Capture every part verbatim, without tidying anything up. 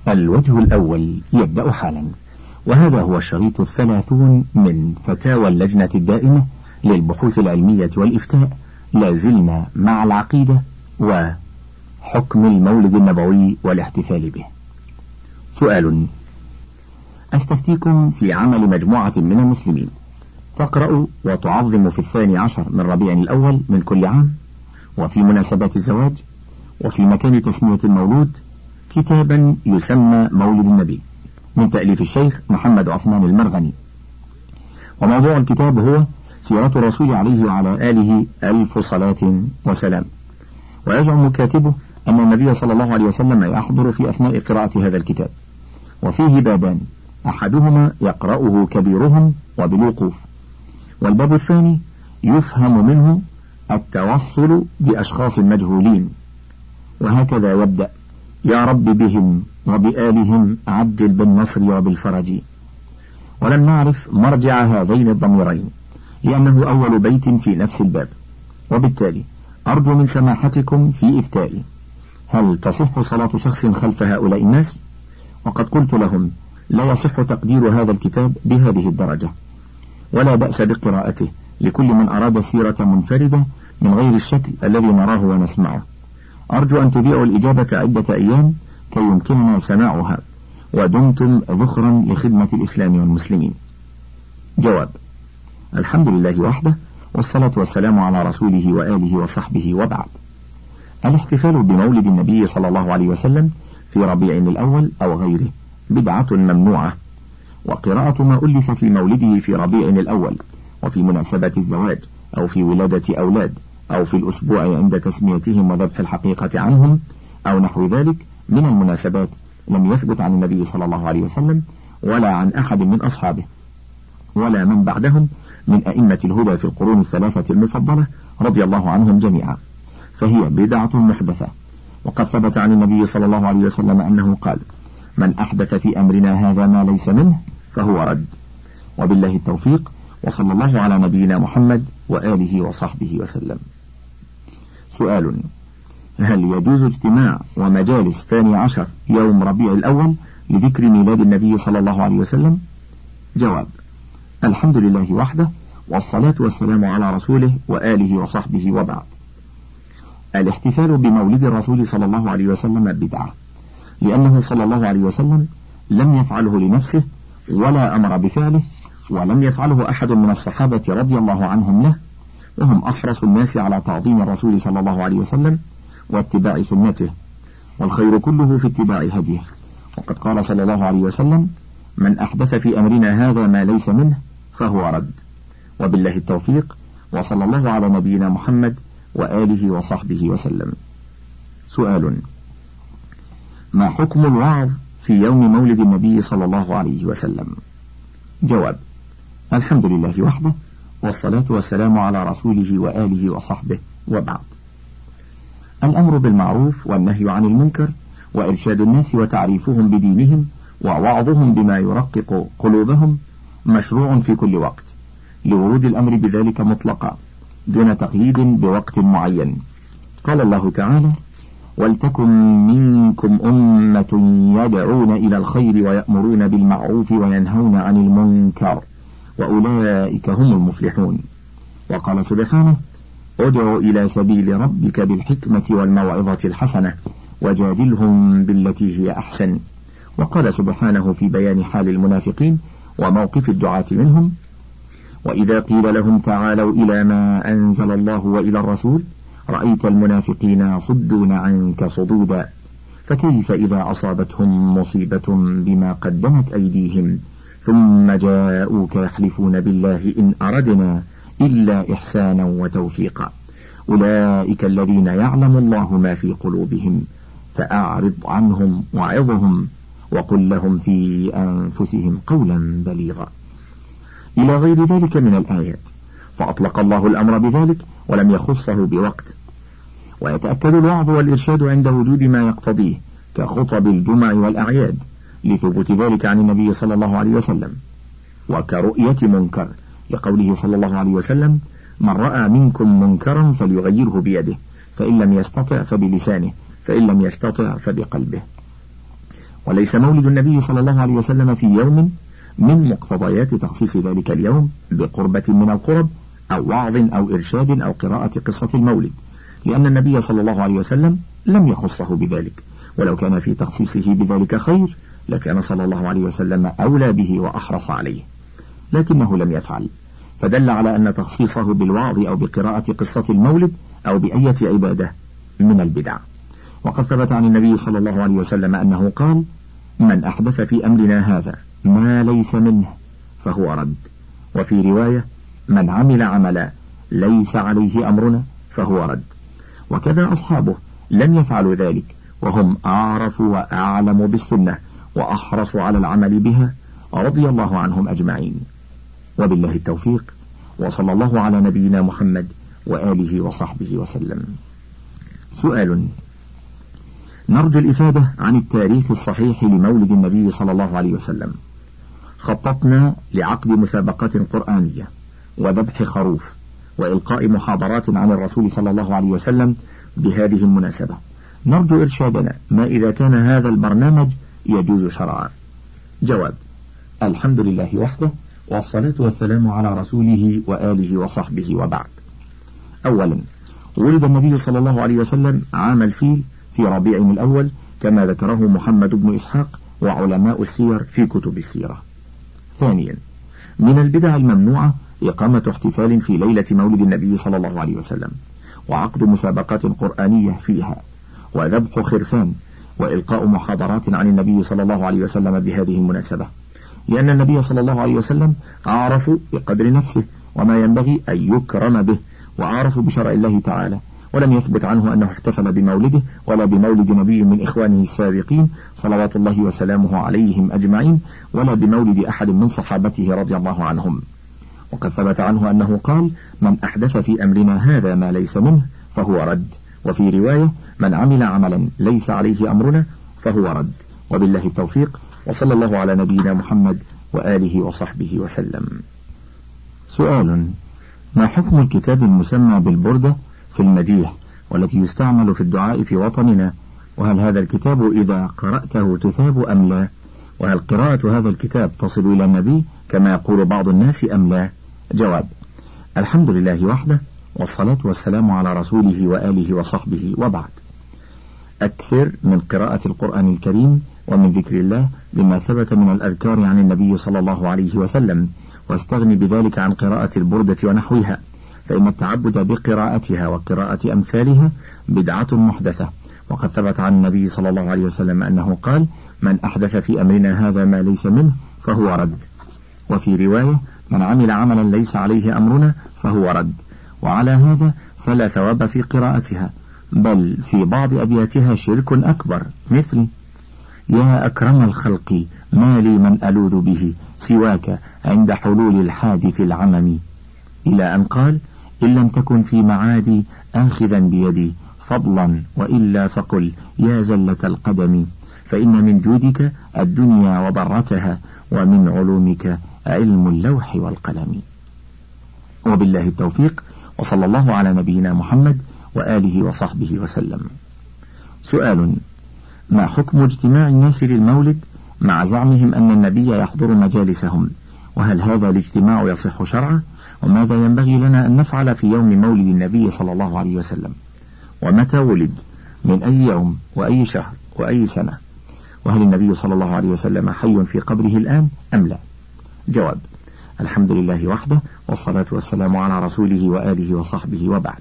الوجه الأول يبدأ حالا، وهذا هو الشريط الثلاثون من فتاوى اللجنة الدائمة للبحوث العلمية والإفتاء. لازلنا مع العقيدة وحكم المولد النبوي والاحتفال به. سؤال: أستفتيكم في عمل مجموعة من المسلمين تقرأ وتعظم في الثاني عشر من ربيع الأول من كل عام، وفي مناسبات الزواج، وفي مكان تسمية المولود، كتابا يسمى مولد النبي من تأليف الشيخ محمد عثمان المرغني. وموضوع الكتاب هو سيرة الرسول عليه وعلى آله ألف صلاة وسلام. ويزعم كاتبه أن النبي صلى الله عليه وسلم يحضر في أثناء قراءة هذا الكتاب، وفيه بابان، أحدهما يقرأه كبيرهم وبالوقوف، والباب الثاني يفهم منه التوصل بأشخاص مجهولين، وهكذا يبدأ: يا رب بهم وبآلهم عجل بالنصر وبالفرج. ولم نعرف مرجع هذين الضميرين لأنه أول بيت في نفس الباب، وبالتالي أرجو من سماحتكم في إفتائي: هل تصح صلاة شخص خلف هؤلاء الناس؟ وقد قلت لهم لا يصح تقدير هذا الكتاب بهذه الدرجة، ولا بأس بقراءته لكل من أراد سيرة منفردة من غير الشكل الذي نراه ونسمعه. أرجو أن تذيعوا الإجابة عدة أيام كي يمكننا سماعها، ودمتم ذخرا لخدمة الإسلام والمسلمين. جواب: الحمد لله وحده، والصلاة والسلام على رسوله وآله وصحبه، وبعد. الاحتفال بمولد النبي صلى الله عليه وسلم في ربيع الأول أو غيره بدعة ممنوعة، وقراءة ما ألف في مولده في ربيع الأول وفي مناسبة الزواج أو في ولادة أولاد أو في الأسبوع عند تسميتهم وذبح الحقيقة عنهم أو نحو ذلك من المناسبات لم يثبت عن النبي صلى الله عليه وسلم ولا عن أحد من أصحابه ولا من بعدهم من أئمة الهدى في القرون الثلاثة المفضلة رضي الله عنهم جميعا، فهي بدعة محدثة. وقد ثبت عن النبي صلى الله عليه وسلم أنه قال: من أحدث في أمرنا هذا ما ليس منه فهو رد. وبالله التوفيق، وصلى الله على نبينا محمد وآله وصحبه وسلم. سؤال: هل يجوز اجتماع ومجالس ثاني عشر يوم ربيع الأول لذكر ميلاد النبي صلى الله عليه وسلم؟ جواب: الحمد لله وحده، والصلاة والسلام على رسوله وآله وصحبه، وبعد. الاحتفال بمولد الرسول صلى الله عليه وسلم بدعة، لأنه صلى الله عليه وسلم لم يفعله لنفسه ولا أمر بفعله، ولم يفعله أحد من الصحابة رضي الله عنهم له، وهم أحرص الناس على تعظيم الرسول صلى الله عليه وسلم واتباع سنته، والخير كله في اتباع هديه. وقد قال صلى الله عليه وسلم: من أحدث في أمرنا هذا ما ليس منه فهو رد. وبالله التوفيق، وصلى الله على نبينا محمد وآله وصحبه وسلم. سؤال: ما حكم الوعظ في يوم مولد النبي صلى الله عليه وسلم؟ جواب: الحمد لله وحده، والصلاة والسلام على رسوله وآله وصحبه، وبعد. الأمر بالمعروف والنهي عن المنكر وإرشاد الناس وتعريفهم بدينهم ووعظهم بما يرقق قلوبهم مشروع في كل وقت، لورود الأمر بذلك مطلقا دون تقييد بوقت معين. قال الله تعالى: ولتكن منكم أمة يدعون إلى الخير ويأمرون بالمعروف وينهون عن المنكر وأولئك هم المفلحون. وقال سبحانه: ادع إلى سبيل ربك بالحكمة والموعظة الحسنة وجادلهم بالتي هي أحسن. وقال سبحانه في بيان حال المنافقين وموقف الدعاة منهم: وإذا قيل لهم تعالوا إلى ما أنزل الله وإلى الرسول رأيت المنافقين يصدون عنك صدودا، فكيف إذا أصابتهم مصيبة بما قدمت أيديهم ثم جاءوك يحلفون بالله إن أردنا إلا إحسانا وتوفيقا، أولئك الذين يعلم الله ما في قلوبهم فأعرض عنهم وعظهم وقل لهم في أنفسهم قولا بليغا، إلى غير ذلك من الآيات. فأطلق الله الأمر بذلك ولم يخصه بوقت. ويتأكد الوعظ والإرشاد عند وجود ما يقتضيه كخطب الجمع والأعياد، لثبوت ذلك عن النبي صلى الله عليه وسلم، وكرؤية منكر لقوله صلى الله عليه وسلم: من رأى منكم منكرا فليغيره بيده، فإن لم يستطع فبلسانه، فإن لم يستطع فبقلبه. وليس مولد النبي صلى الله عليه وسلم في يوم من مقتضيات تخصيص ذلك اليوم بقربة من القرب أو وعظ أو إرشاد أو قراءة قصة المولد، لأن النبي صلى الله عليه وسلم لم يخصه بذلك، ولو كان في تخصيصه بذلك خير لكان صلى الله عليه وسلم أولى به وأحرص عليه، لكنه لم يفعل، فدل على أن تخصيصه بالوعظ أو بقراءة قصة المولد أو بأية عبادة من البدع. وقد ثبت عن النبي صلى الله عليه وسلم أنه قال: من أحدث في أمرنا هذا ما ليس منه فهو رد. وفي رواية: من عمل عملا ليس عليه أمرنا فهو رد. وكذا أصحابه لم يفعلوا ذلك، وهم أعرف وأعلم بالسنة وأحرص على العمل بها، رضي الله عنهم أجمعين. وبالله التوفيق، وصلى الله على نبينا محمد وآله وصحبه وسلم. سؤال: نرجو الإفادة عن التاريخ الصحيح لمولد النبي صلى الله عليه وسلم. خططنا لعقد مسابقات قرآنية وذبح خروف وإلقاء محاضرات عن الرسول صلى الله عليه وسلم بهذه المناسبة، نرجو إرشادنا ما إذا كان هذا البرنامج يجوز شرعا. جواب: الحمد لله وحده، والصلاة والسلام على رسوله وآله وصحبه، وبعد. أولا، ولد النبي صلى الله عليه وسلم عام الفيل في ربيع الأول كما ذكره محمد بن إسحاق وعلماء السير في كتب السيرة. ثانيا، من البدع الممنوعة إقامة احتفال في ليلة مولد النبي صلى الله عليه وسلم، وعقد مسابقات قرآنية فيها، وذبح خرفان، وإلقاء محاضرات عن النبي صلى الله عليه وسلم بهذه المناسبة، لأن النبي صلى الله عليه وسلم أعرف بقدر نفسه وما ينبغي أن يكرم به، وأعرف بشرع الله تعالى، ولم يثبت عنه أنه احتفل بمولده ولا بمولد نبي من إخوانه السابقين صلوات الله وسلامه عليهم أجمعين، ولا بمولد أحد من صحابته رضي الله عنهم. وقد ثبت عنه أنه قال: من أحدث في أمرنا هذا ما ليس منه فهو رد. وفي رواية: من عمل عملا ليس عليه أمرنا فهو رد. وبالله التوفيق، وصلى الله على نبينا محمد وآله وصحبه وسلم. سؤال: ما حكم الكتاب المسمى بالبردة في المديح والتي يستعمل في الدعاء في وطننا؟ وهل هذا الكتاب إذا قرأته تثاب أم لا؟ وهل قراءة هذا الكتاب تصل إلى النبي كما يقول بعض الناس أم لا؟ جواب: الحمد لله وحده، والصلاة والسلام على رسوله وآله وصحبه، وبعد. أكثر من قراءة القرآن الكريم ومن ذكر الله بما ثبت من الأذكار عن النبي صلى الله عليه وسلم، واستغني بذلك عن قراءة البردة ونحوها، فإن التعبد بقراءتها وقراءة أمثالها بدعة محدثة. وقد ثبت عن النبي صلى الله عليه وسلم أنه قال: من أحدث في أمرنا هذا ما ليس منه فهو رد. وفي رواية: من عمل عملا ليس عليه أمرنا فهو رد. وعلى هذا فلا ثواب في قراءتها، بل في بعض أبياتها شرك أكبر، مثل: يا أكرم الخلق ما لي من ألوذ به سواك عند حلول الحادث العمم، إلى أن قال: إن لم تكن في معادي آخذا بيدي فضلا وإلا فقل يا زلة القدم، فإن من جودك الدنيا وضرتها ومن علومك علم اللوح والقلم. وبالله التوفيق، وصلى الله على نبينا محمد وآله وصحبه وسلم. سؤال: ما حكم اجتماع الناس للمولد مع زعمهم أن النبي يحضر مجالسهم؟ وهل هذا الاجتماع يصح شرعا؟ وماذا ينبغي لنا أن نفعل في يوم مولد النبي صلى الله عليه وسلم؟ ومتى ولد؟ من أي يوم وأي شهر وأي سنة؟ وهل النبي صلى الله عليه وسلم حي في قبره الآن أم لا؟ جواب: الحمد لله وحده، والصلاة والسلام على رسوله وآله وصحبه، وبعد.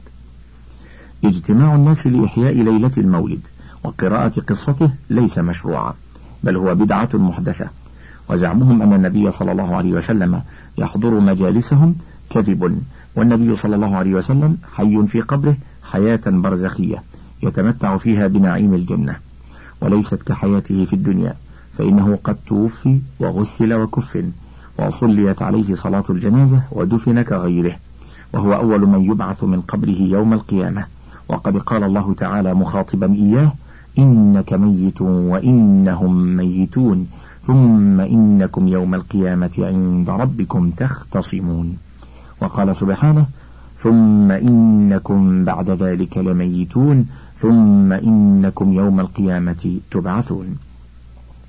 اجتماع الناس لإحياء ليلة المولد وقراءة قصته ليس مشروعا، بل هو بدعة محدثة، وزعمهم أن النبي صلى الله عليه وسلم يحضر مجالسهم كذب، والنبي صلى الله عليه وسلم حي في قبره حياة برزخية يتمتع فيها بنعيم الجنة، وليست كحياته في الدنيا، فإنه قد توفي وغسل وكفن وصليت عليه صلاة الجنازة ودفن كغيره، وهو أول من يبعث من قبره يوم القيامة. وقد قال الله تعالى مخاطبا إياه: إنك ميت وإنهم ميتون ثم إنكم يوم القيامة عند ربكم تختصمون. وقال سبحانه: ثم إنكم بعد ذلك لميتون ثم إنكم يوم القيامة تبعثون.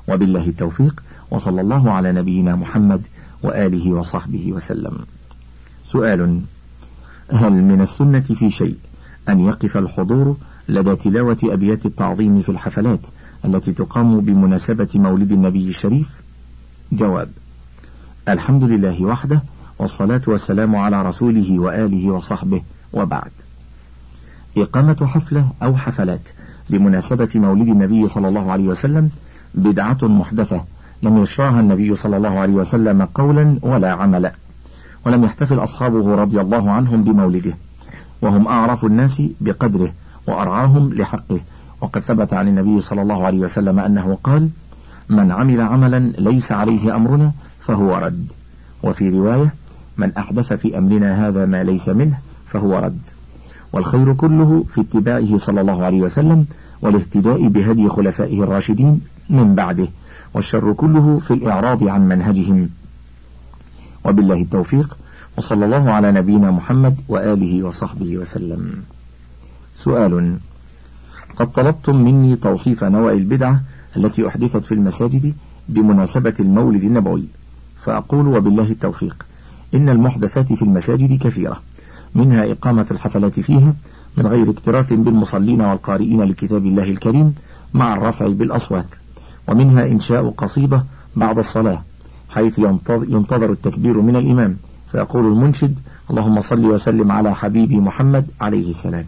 وبالله التوفيق، وصلى الله على نبينا محمد وآله وصحبه وسلم. سؤال: هل من السنة في شيء أن يقف الحضور لدى تلاوة أبيات التعظيم في الحفلات التي تقام بمناسبة مولد النبي الشريف؟ جواب: الحمد لله وحده، والصلاة والسلام على رسوله وآله وصحبه، وبعد. إقامة حفلة أو حفلات بمناسبة مولد النبي صلى الله عليه وسلم بدعة محدثة لم يشرعها النبي صلى الله عليه وسلم قولا ولا عملا، ولم يحتفل أصحابه رضي الله عنهم بمولده، وهم أعرف الناس بقدره وأرعاهم لحقه، وقد ثبت عن النبي صلى الله عليه وسلم أنه قال: من عمل عملا ليس عليه أمرنا فهو رد، وفي رواية: من أحدث في أمرنا هذا ما ليس منه فهو رد. والخير كله في اتباعه صلى الله عليه وسلم والاهتداء بهدي خلفائه الراشدين من بعده، والشر كله في الإعراض عن منهجهم. وبالله التوفيق، وصلى الله على نبينا محمد وآله وصحبه وسلم. سؤال: قد طلبتم مني توصيف نوع البدعة التي أحدثت في المساجد بمناسبة المولد النبوي، فأقول وبالله التوفيق: إن المحدثات في المساجد كثيرة، منها إقامة الحفلات فيها من غير اكتراث بالمصلين والقارئين لكتاب الله الكريم مع الرفع بالأصوات، ومنها إنشاء قصيدة بعد الصلاة حيث ينتظر التكبير من الإمام فيقول المنشد: اللهم صل وسلم على حبيبي محمد عليه السلام،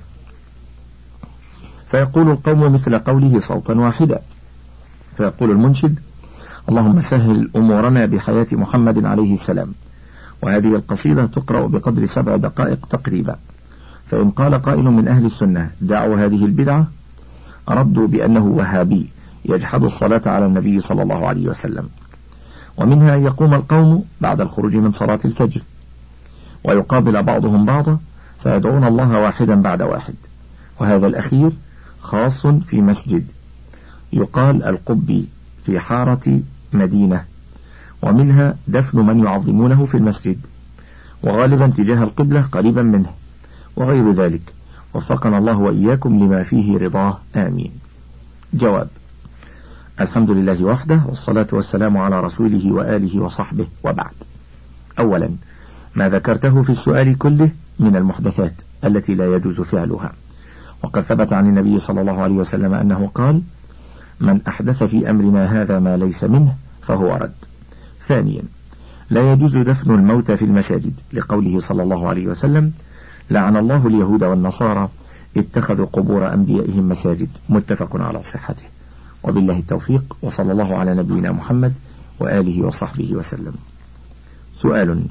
فيقول القوم مثل قوله صوتا واحدا، فيقول المنشد: اللهم سهل أمورنا بحياة محمد عليه السلام. وهذه القصيدة تقرأ بقدر سبع دقائق تقريبا. فإن قال قائل من أهل السنة: دعوا هذه البدعة، ردوا بأنه وهابي يجحد الصلاة على النبي صلى الله عليه وسلم. ومنها أن يقوم القوم بعد الخروج من صلاة الفجر ويقابل بعضهم بعضا فيدعون الله واحدا بعد واحد، وهذا الأخير خاص في مسجد يقال القبي في حارة مدينة. ومنها دفن من يعظمونه في المسجد، وغالبا تجاه القبلة قريبا منه، وغير ذلك، وفقنا الله وإياكم لما فيه رضاه، آمين. جواب: الحمد لله وحده، والصلاة والسلام على رسوله وآله وصحبه، وبعد. أولا، ما ذكرته في السؤال كله من المحدثات التي لا يجوز فعلها، وقد ثبت عن النبي صلى الله عليه وسلم أنه قال: من أحدث في أمرنا هذا ما ليس منه فهو رد. ثانيا، لا يجوز دفن الموتى في المساجد، لقوله صلى الله عليه وسلم: لعن الله اليهود والنصارى اتخذوا قبور أنبيائهم مساجد، متفق على صحته. وبالله التوفيق، وصلى الله على نبينا محمد وآله وصحبه وسلم. سؤال: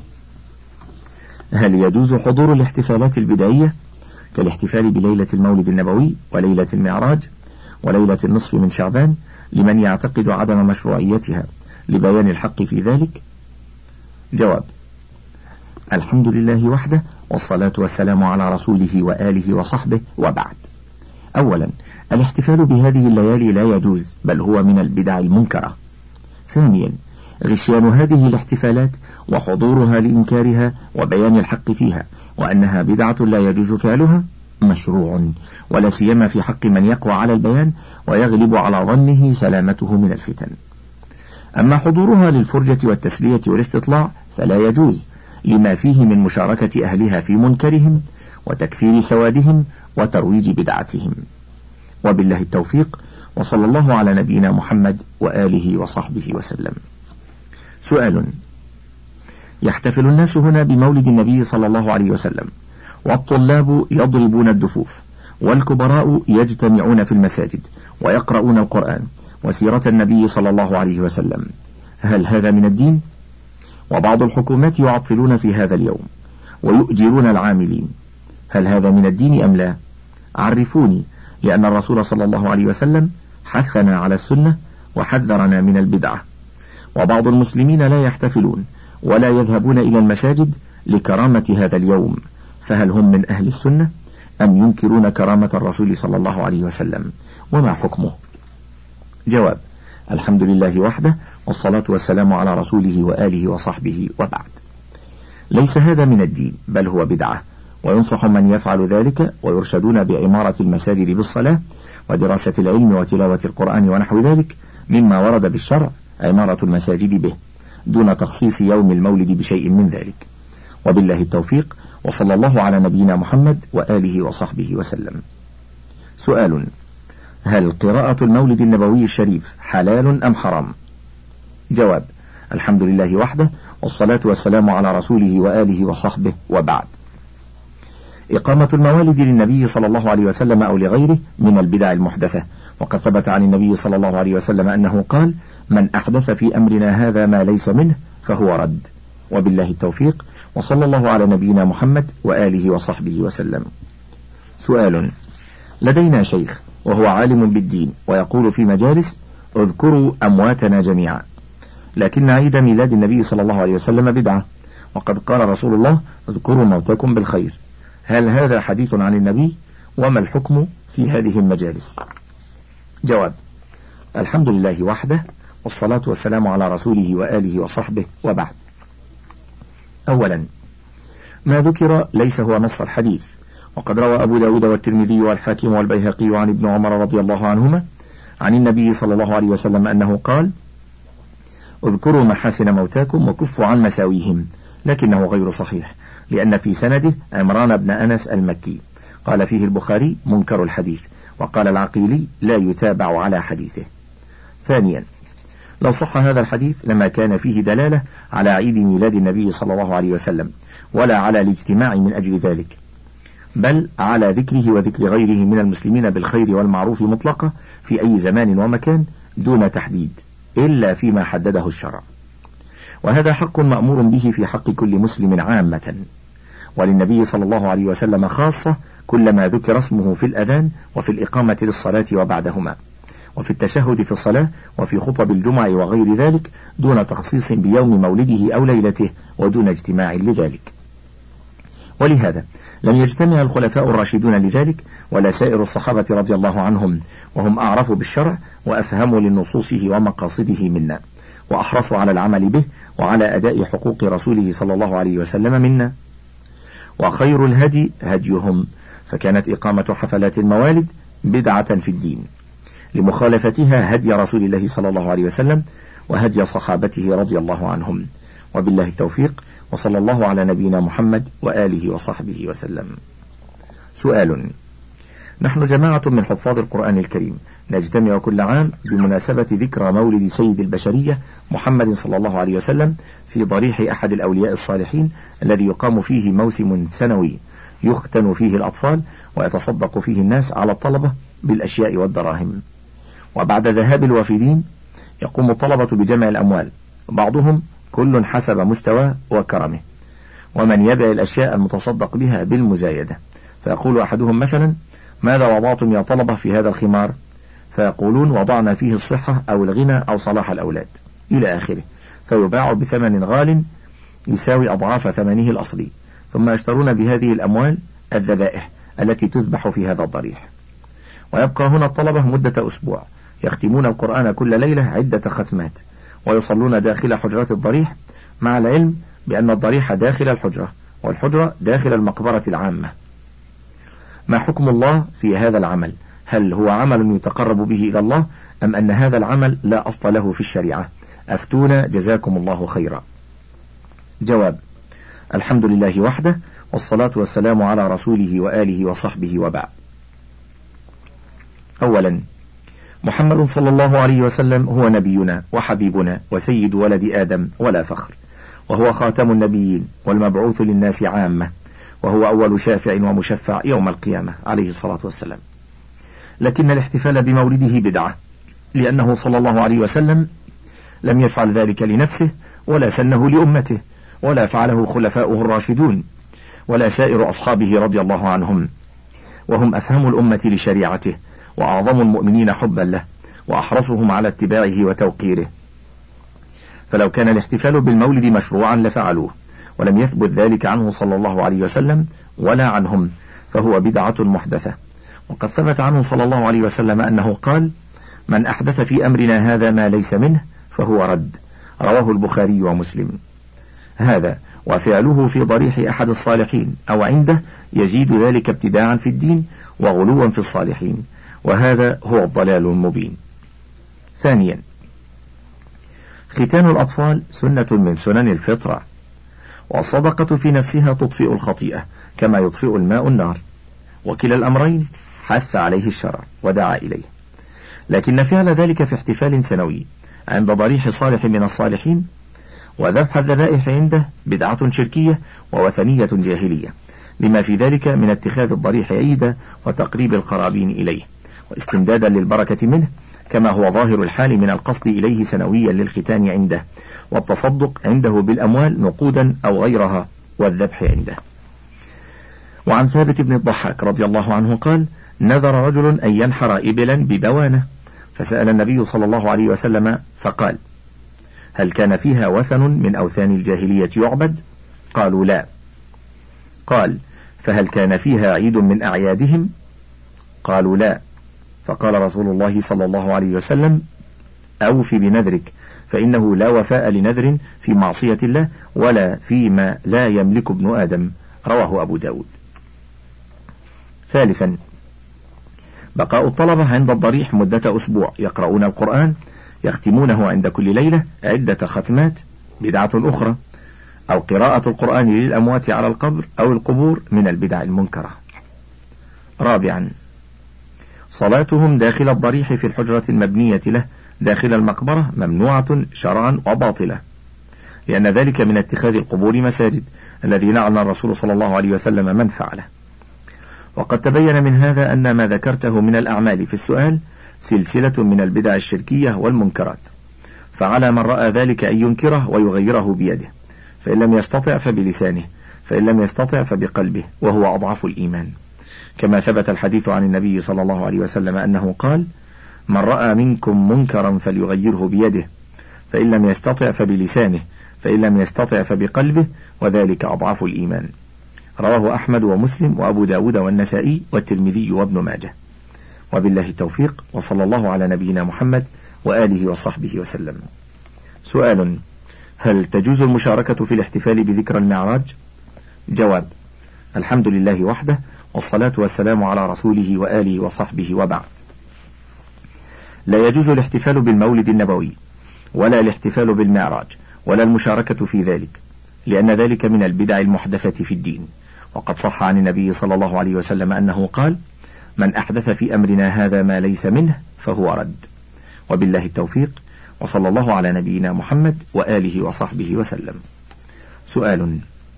هل يجوز حضور الاحتفالات البدعية كالاحتفال بليلة المولد النبوي وليلة المعراج وليلة النصف من شعبان لمن يعتقد عدم مشروعيتها لبيان الحق في ذلك؟ جواب: الحمد لله وحده، والصلاة والسلام على رسوله وآله وصحبه، وبعد. أولا، الاحتفال بهذه الليالي لا يجوز، بل هو من البدع المنكرة. ثانيا، غشيان هذه الاحتفالات وحضورها لإنكارها وبيان الحق فيها وأنها بدعة لا يجوز فعلها مشروع، ولا سيما في حق من يقوى على البيان ويغلب على ظنه سلامته من الفتن. أما حضورها للفرجة والتسلية والاستطلاع فلا يجوز، لما فيه من مشاركة أهلها في منكرهم وتكثير سوادهم وترويج بدعتهم. وبالله التوفيق، وصلى الله على نبينا محمد وآله وصحبه وسلم. سؤال: يحتفل الناس هنا بمولد النبي صلى الله عليه وسلم، والطلاب يضربون الدفوف، والكبراء يجتمعون في المساجد ويقرؤون القرآن وسيرة النبي صلى الله عليه وسلم، هل هذا من الدين؟ وبعض الحكومات يعطلون في هذا اليوم ويؤجرون العاملين، هل هذا من الدين أم لا؟ عرفوني، لأن الرسول صلى الله عليه وسلم حثنا على السنة وحذرنا من البدعة. وبعض المسلمين لا يحتفلون ولا يذهبون إلى المساجد لكرامة هذا اليوم، فهل هم من أهل السنة أم ينكرون كرامة الرسول صلى الله عليه وسلم؟ وما حكمه؟ جواب: الحمد لله وحده، والصلاة والسلام على رسوله وآله وصحبه، وبعد. ليس هذا من الدين، بل هو بدعة، وينصح من يفعل ذلك ويرشدون بعمارة المساجد بالصلاة ودراسة العلم وتلاوة القرآن ونحو ذلك مما ورد بالشرع عمارة المساجد به دون تخصيص يوم المولد بشيء من ذلك. وبالله التوفيق، وصلى الله على نبينا محمد وآله وصحبه وسلم. سؤال: هل قراءة المولد النبوي الشريف حلال أم حرام؟ جواب: الحمد لله وحده، والصلاة والسلام على رسوله وآله وصحبه، وبعد. إقامة الموالد للنبي صلى الله عليه وسلم أو لغيره من البدع المحدثة، وقد ثبت عن النبي صلى الله عليه وسلم أنه قال: من أحدث في أمرنا هذا ما ليس منه فهو رد. وبالله التوفيق، وصلى الله على نبينا محمد وآله وصحبه وسلم. سؤال: لدينا شيخ وهو عالم بالدين ويقول في مجالس: اذكروا أمواتنا جميعا، لكن عيد ميلاد النبي صلى الله عليه وسلم بدعة، وقد قال رسول الله: اذكروا موتاكم بالخير. هل هذا حديث عن النبي؟ وما الحكم في هذه المجالس؟ جواب: الحمد لله وحده، والصلاة والسلام على رسوله وآله وصحبه، وبعد. أولا، ما ذكر ليس هو نص الحديث، وقد روى أبو داود والترمذي والحاكم والبيهقي عن ابن عمر رضي الله عنهما عن النبي صلى الله عليه وسلم أنه قال: اذكروا محاسن موتاكم وكفوا عن مساويهم، لكنه غير صحيح، لأن في سنده عمران بن أنس المكي، قال فيه البخاري: منكر الحديث، وقال العقيلي: لا يتابع على حديثه. ثانيا، لو صح هذا الحديث لما كان فيه دلالة على عيد ميلاد النبي صلى الله عليه وسلم، ولا على الاجتماع من أجل ذلك، بل على ذكره وذكر غيره من المسلمين بالخير والمعروف مطلقة في أي زمان ومكان دون تحديد إلا فيما حدده الشرع، وهذا حق مأمور به في حق كل مسلم عامة، وللنبي صلى الله عليه وسلم خاصة كلما ذكر اسمه في الأذان وفي الإقامة للصلاة وبعدهما، وفي التشهد في الصلاة، وفي خطب الجمعة وغير ذلك، دون تخصيص بيوم مولده أو ليلته، ودون اجتماع لذلك. ولهذا لم يجتمع الخلفاء الراشدون لذلك، ولا سائر الصحابة رضي الله عنهم، وهم أعرف بالشرع وأفهم لنصوصه ومقاصده منا، وأحرصوا على العمل به وعلى أداء حقوق رسوله صلى الله عليه وسلم منا. وخير الهدي هديهم، فكانت إقامة حفلات الموالد بدعة في الدين لمخالفتها هدي رسول الله صلى الله عليه وسلم وهدي صحابته رضي الله عنهم. وبالله التوفيق، وصلى الله على نبينا محمد وآله وصحبه وسلم. سؤال: نحن جماعة من حفاظ القرآن الكريم نجتمع كل عام بمناسبة ذكرى مولد سيد البشرية محمد صلى الله عليه وسلم في ضريح أحد الأولياء الصالحين، الذي يقام فيه موسم سنوي يختن فيه الأطفال ويتصدق فيه الناس على الطلبة بالأشياء والدراهم. وبعد ذهاب الوافدين يقوم الطلبة بجمع الأموال، بعضهم كل حسب مستواه وكرمه، ومن يبيع الأشياء المتصدق بها بالمزايدة، فيقول أحدهم مثلا: ماذا وضعتم يا طلبة في هذا الخمار؟ فيقولون: وضعنا فيه الصحة أو الغنى أو صلاح الأولاد، إلى آخره، فيباع بثمن غال يساوي أضعاف ثمنه الأصلي، ثم يشترون بهذه الأموال الذبائح التي تذبح في هذا الضريح. ويبقى هنا الطلبة مدة أسبوع يختمون القرآن كل ليلة عدة ختمات، ويصلون داخل حجرات الضريح، مع العلم بأن الضريح داخل الحجرة والحجرة داخل المقبرة العامة. ما حكم الله في هذا العمل؟ هل هو عمل يتقرب به إلى الله، أم أن هذا العمل لا أصل له في الشريعة؟ أفتونا جزاكم الله خيرا. جواب: الحمد لله وحده، والصلاة والسلام على رسوله وآله وصحبه، وبعد. أولا، محمد صلى الله عليه وسلم هو نبينا وحبيبنا وسيد ولد آدم ولا فخر، وهو خاتم النبيين والمبعوث للناس عامة، وهو أول شافع ومشفع يوم القيامة عليه الصلاة والسلام. لكن الاحتفال بمولده بدعة، لأنه صلى الله عليه وسلم لم يفعل ذلك لنفسه، ولا سنه لأمته، ولا فعله خلفاؤه الراشدون، ولا سائر أصحابه رضي الله عنهم، وهم أفهم الأمة لشريعته، وأعظم المؤمنين حبا له، وأحرصهم على اتباعه وتوقيره. فلو كان الاحتفال بالمولد مشروعا لفعلوه، ولم يثبت ذلك عنه صلى الله عليه وسلم ولا عنهم، فهو بدعة محدثة. وقد ثبت عنه صلى الله عليه وسلم أنه قال: من أحدث في أمرنا هذا ما ليس منه فهو رد، رواه البخاري ومسلم. هذا وفعله في ضريح أحد الصالحين أو عنده يزيد ذلك ابتداعا في الدين وغلوا في الصالحين، وهذا هو الضلال المبين. ثانيا، ختان الأطفال سنة من سنن الفطرة، والصدقة في نفسها تطفئ الخطيئة كما يطفئ الماء النار، وكلا الأمرين حث عليه الشرع ودعا إليه. لكن فعل ذلك في احتفال سنوي عند ضريح صالح من الصالحين وذبح الذبائح عنده بدعة شركية ووثنية جاهلية، لما في ذلك من اتخاذ الضريح عيدا وتقريب القرابين إليه واستمدادا للبركة منه، كما هو ظاهر الحال من القصد إليه سنويا للختان عنده والتصدق عنده بالأموال نقودا أو غيرها والذبح عنده. وعن ثابت بن الضحاك رضي الله عنه قال: نذر رجل أن ينحر إبلا ببوانة، فسأل النبي صلى الله عليه وسلم فقال: هل كان فيها وثن من أوثان الجاهلية يعبد؟ قالوا لا. قال: فهل كان فيها عيد من أعيادهم؟ قالوا لا. فقال رسول الله صلى الله عليه وسلم: أوف بنذرك، فإنه لا وفاء لنذر في معصية الله ولا فيما لا يملك ابن آدم. رواه أبو داود. ثالثا، بقاء الطلبة عند الضريح مدة أسبوع يقرؤون القرآن يختمونه عند كل ليلة عدة ختمات بدعة أخرى، أو قراءة القرآن للأموات على القبر أو القبور من البدع المنكرة. رابعا، صلاتهم داخل الضريح في الحجرة المبنية له داخل المقبرة ممنوعة شرعا وباطلة، لأن ذلك من اتخاذ القبور مساجد الذي لعن الرسول صلى الله عليه وسلم من فعله. وقد تبين من هذا أن ما ذكرته من الأعمال في السؤال سلسلة من البدع الشركية والمنكرات، فعلى من رأى ذلك أن ينكره ويغيره بيده، فإن لم يستطع فبلسانه، فإن لم يستطع فبقلبه، وهو أضعف الإيمان، كما ثبت الحديث عن النبي صلى الله عليه وسلم أنه قال: من رأى منكم منكرا فليغيره بيده، فإن لم يستطع فبلسانه، فإن لم يستطع فبقلبه، وذلك أضعف الإيمان. رواه أحمد ومسلم وأبو داود والنسائي والترمذي وابن ماجه. وبالله التوفيق، وصلى الله على نبينا محمد وآله وصحبه وسلم. سؤال: هل تجوز المشاركة في الاحتفال بذكرى المعراج؟ جواب: الحمد لله وحده، والصلاة والسلام على رسوله وآله وصحبه، وبعد. لا يجوز الاحتفال بالمولد النبوي ولا الاحتفال بالمعراج ولا المشاركة في ذلك، لأن ذلك من البدع المحدثة في الدين. وقد صح عن النبي صلى الله عليه وسلم أنه قال: من أحدث في أمرنا هذا ما ليس منه فهو رد. وبالله التوفيق، وصلى الله على نبينا محمد وآله وصحبه وسلم. سؤال: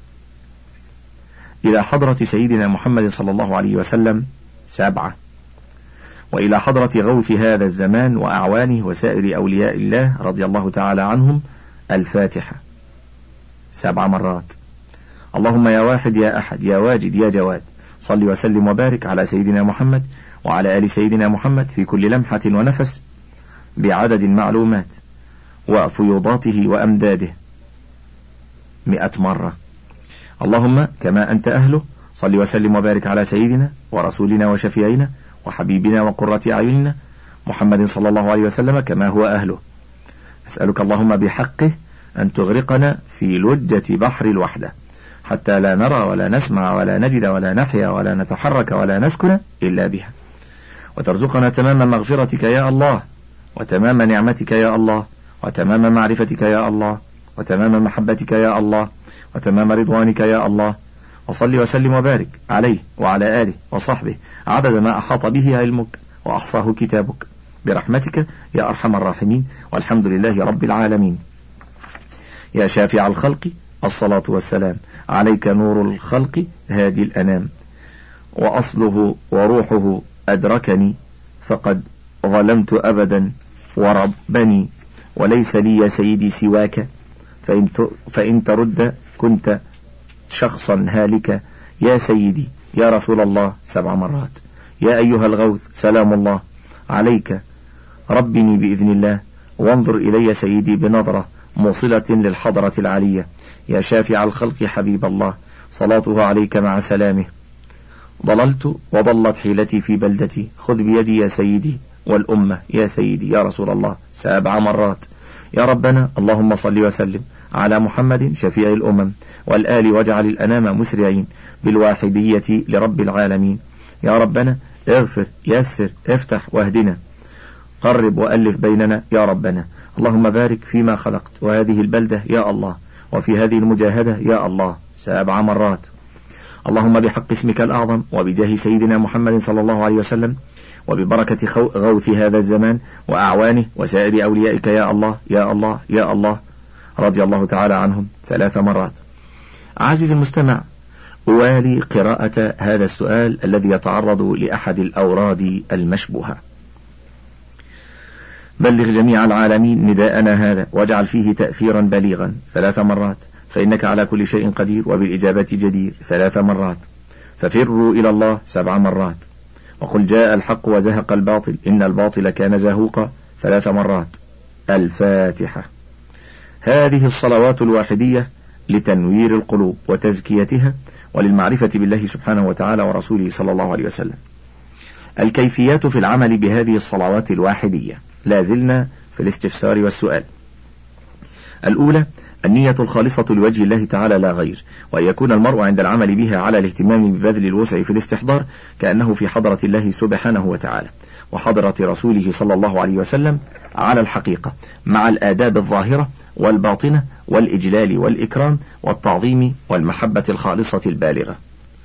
إلى حضرة سيدنا محمد صلى الله عليه وسلم سبعة، وإلى حضرة غوث هذا الزمان وأعوانه وسائر أولياء الله رضي الله تعالى عنهم الفاتحة سبع مرات. اللهم يا واحد يا أحد يا واجد يا جواد، صل وسلم وبارك على سيدنا محمد وعلى آل سيدنا محمد في كل لمحة ونفس بعدد المعلومات وفيوضاته وأمداده مئة مرة. اللهم كما أنت أهله صل وسلم وبارك على سيدنا ورسولنا وشفيعنا وحبيبنا وقرة أعيننا محمد صلى الله عليه وسلم كما هو أهله. أسألك اللهم بحقه أن تغرقنا في لجة بحر الوحدة حتى لا نرى ولا نسمع ولا نجد ولا نحيا ولا نتحرك ولا نسكن إلا بها، وترزقنا تمام مغفرتك يا الله، وتمام نعمتك يا الله، وتمام معرفتك يا الله، وتمام محبتك يا الله، وتمام رضوانك يا الله. وصل وسلم وبارك عليه وعلى آله وصحبه عدد ما أحاط به علمك وأحصاه كتابك برحمتك يا أرحم الراحمين، والحمد لله رب العالمين. يا شافع الخلق الصلاة والسلام عليك، نور الخلق هادي الأنام، وأصله وروحه أدركني، فقد ظلمت أبدا وربني، وليس لي يا سيدي سواك، فإن, فإن ترد كنت شخصا هالكا. يا سيدي يا رسول الله سبع مرات. يا أيها الغوث سلام الله عليك، ربني بإذن الله، وانظر إلي سيدي بنظرة موصلة للحضرة العالية. يا شافع الخلق حبيب الله، صلاته عليك مع سلامه. ضللت وضلت حيلتي في بلدتي، خذ بيدي يا سيدي، والأمة يا سيدي يا رسول الله سبع مرات. يا ربنا اللهم صل وسلم على محمد شفيع الأمم والآل، واجعل الأنام مسرعين بالواحدية لرب العالمين. يا ربنا اغفر يسر افتح واهدنا، قرب وألف بيننا يا ربنا. اللهم بارك فيما خلقت وهذه البلدة يا الله، وفي هذه المجاهدة يا الله سبع مرات. اللهم بحق اسمك الأعظم وبجاه سيدنا محمد صلى الله عليه وسلم وببركة غوث هذا الزمان وأعوانه وسائر أوليائك يا الله يا الله يا الله، رضي الله تعالى عنهم ثلاث مرات. عزيزي المستمع، أوالي قراءة هذا السؤال الذي يتعرض لأحد الأوراد المشبوهة. بلغ جميع العالمين نداءنا هذا واجعل فيه تأثيرا بليغا ثلاث مرات، فإنك على كل شيء قدير وبالإجابة جدير ثلاث مرات. ففروا إلى الله سبع مرات. وقل جاء الحق وزهق الباطل إن الباطل كان زهوقا ثلاث مرات. الفاتحة. هذه الصلوات الواحدية لتنوير القلوب وتزكيتها وللمعرفة بالله سبحانه وتعالى ورسوله صلى الله عليه وسلم. الكيفيات في العمل بهذه الصلوات الواحدية، لا زلنا في الاستفسار والسؤال. الأولى النية الخالصة لوجه الله تعالى لا غير، وأن يكون المرء عند العمل بها على الاهتمام ببذل الوسع في الاستحضار كأنه في حضرة الله سبحانه وتعالى وحضرة رسوله صلى الله عليه وسلم على الحقيقة، مع الآداب الظاهرة والباطنة والإجلال والإكرام والتعظيم والمحبة الخالصة البالغة.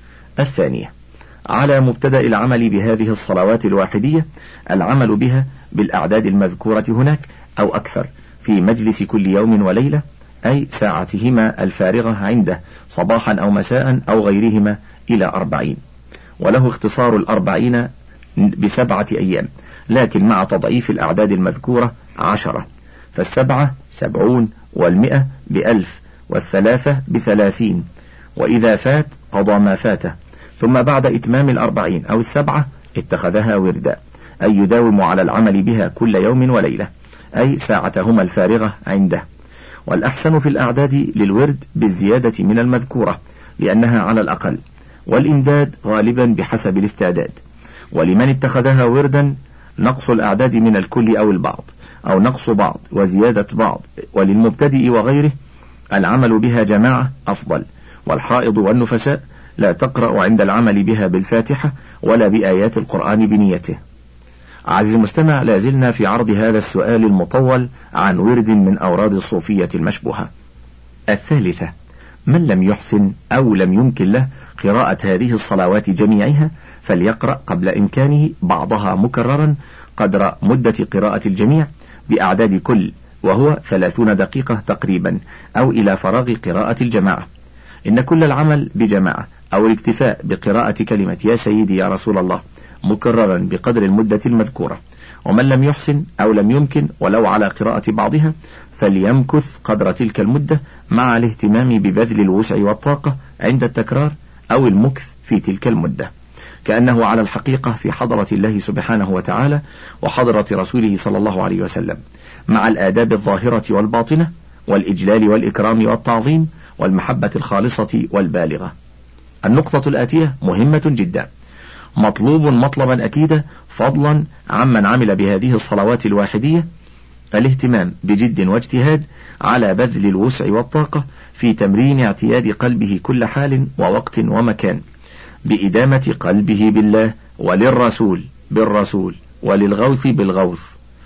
الثانية على مبتدأ العمل بهذه الصلوات الواحدية العمل بها بالأعداد المذكورة هناك أو أكثر في مجلس كل يوم وليلة، أي ساعتهما الفارغة عنده صباحا أو مساء أو غيرهما إلى أربعين، وله اختصار الأربعين بسبعة أيام، لكن مع تضعيف الأعداد المذكورة عشرة، فالسبعة سبعون والمئة بألف والثلاثة بثلاثين، وإذا فات قضى ما فاته، ثم بعد إتمام الأربعين أو السبعة اتخذها وردا، أي يداوم على العمل بها كل يوم وليلة، أي ساعتهما الفارغة عنده. والأحسن في الأعداد للورد بالزيادة من المذكورة لأنها على الأقل، والإمداد غالبا بحسب الاستعداد. ولمن اتخذها وردا نقص الأعداد من الكل أو البعض، أو نقص بعض وزيادة بعض. وللمبتدئ وغيره العمل بها جماعة أفضل. والحائض والنفساء لا تقرأ عند العمل بها بالفاتحة ولا بآيات القرآن بنيته. عزيزي المستمع، لازلنا في عرض هذا السؤال المطول عن ورد من أوراد الصوفية المشبوهة. الثالثة من لم يحسن أو لم يمكن له قراءة هذه الصلوات جميعها فليقرأ قبل إمكانه بعضها مكررا قدر مدة قراءة الجميع بأعداد كل، وهو ثلاثون دقيقة تقريبا، أو إلى فراغ قراءة الجماعة. إن كل العمل بجماعة أو الاكتفاء بقراءة كلمة يا سيدي يا رسول الله مكررا بقدر المدة المذكورة. ومن لم يحسن أو لم يمكن ولو على قراءة بعضها فليمكث قدر تلك المدة مع الاهتمام ببذل الوسع والطاقة عند التكرار أو المكث في تلك المدة، كأنه على الحقيقة في حضرة الله سبحانه وتعالى وحضرة رسوله صلى الله عليه وسلم، مع الآداب الظاهرة والباطنة والإجلال والإكرام والتعظيم والمحبة الخالصة والبالغة. النقطة الآتية مهمة جدا، مطلوب مطلبا أكيدا فضلا عمن عمل بهذه الصلوات الواحدية الاهتمام بجد واجتهاد على بذل الوسع والطاقة في تمرين اعتياد قلبه كل حال ووقت ومكان، بإدامة قلبه بالله وللرسول بالرسول وللغوث بالغوث،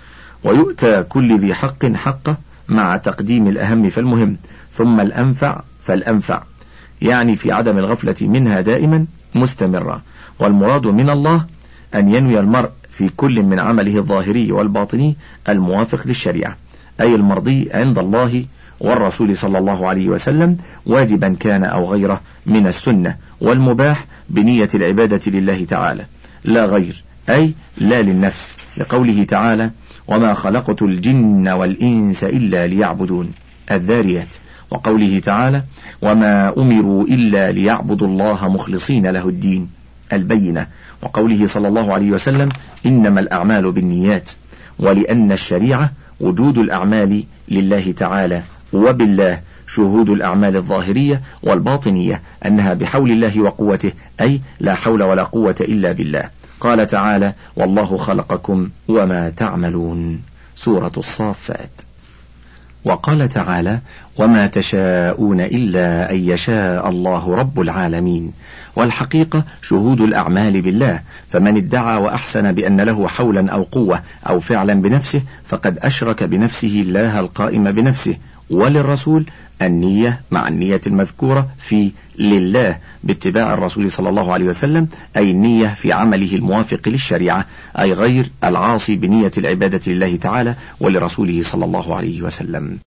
ويؤتى كل ذي حق حقه مع تقديم الأهم فالمهم ثم الأنفع فالأنفع، يعني في عدم الغفلة منها دائما مستمرة. والمراد من الله أن ينوي المرء في كل من عمله الظاهري والباطني الموافق للشريعة، أي المرضي عند الله والرسول صلى الله عليه وسلم، واجبا كان أو غيره من السنة والمباح بنية العبادة لله تعالى لا غير، أي لا للنفس، لقوله تعالى وما خلقت الجن والإنس إلا ليعبدون الذاريات، وقوله تعالى وما أمروا إلا ليعبدوا الله مخلصين له الدين البينة، وقوله صلى الله عليه وسلم إنما الأعمال بالنيات. ولأن الشريعة وجود الأعمال لله تعالى وبالله شهود الأعمال الظاهرية والباطنية أنها بحول الله وقوته، أي لا حول ولا قوة إلا بالله. قال تعالى والله خلقكم وما تعملون، سورة الصافات. وقال تعالى: وما تشاءون إلا أن يشاء الله رب العالمين. والحقيقة شهود الأعمال بالله، فمن ادعى وأحسن بأن له حولا أو قوة أو فعلا بنفسه فقد أشرك بنفسه الله القائم بنفسه. وللرسول النية مع النية المذكورة في لله باتباع الرسول صلى الله عليه وسلم، أي النية في عمله الموافق للشريعة، أي غير العاصي بنية العبادة لله تعالى ولرسوله صلى الله عليه وسلم.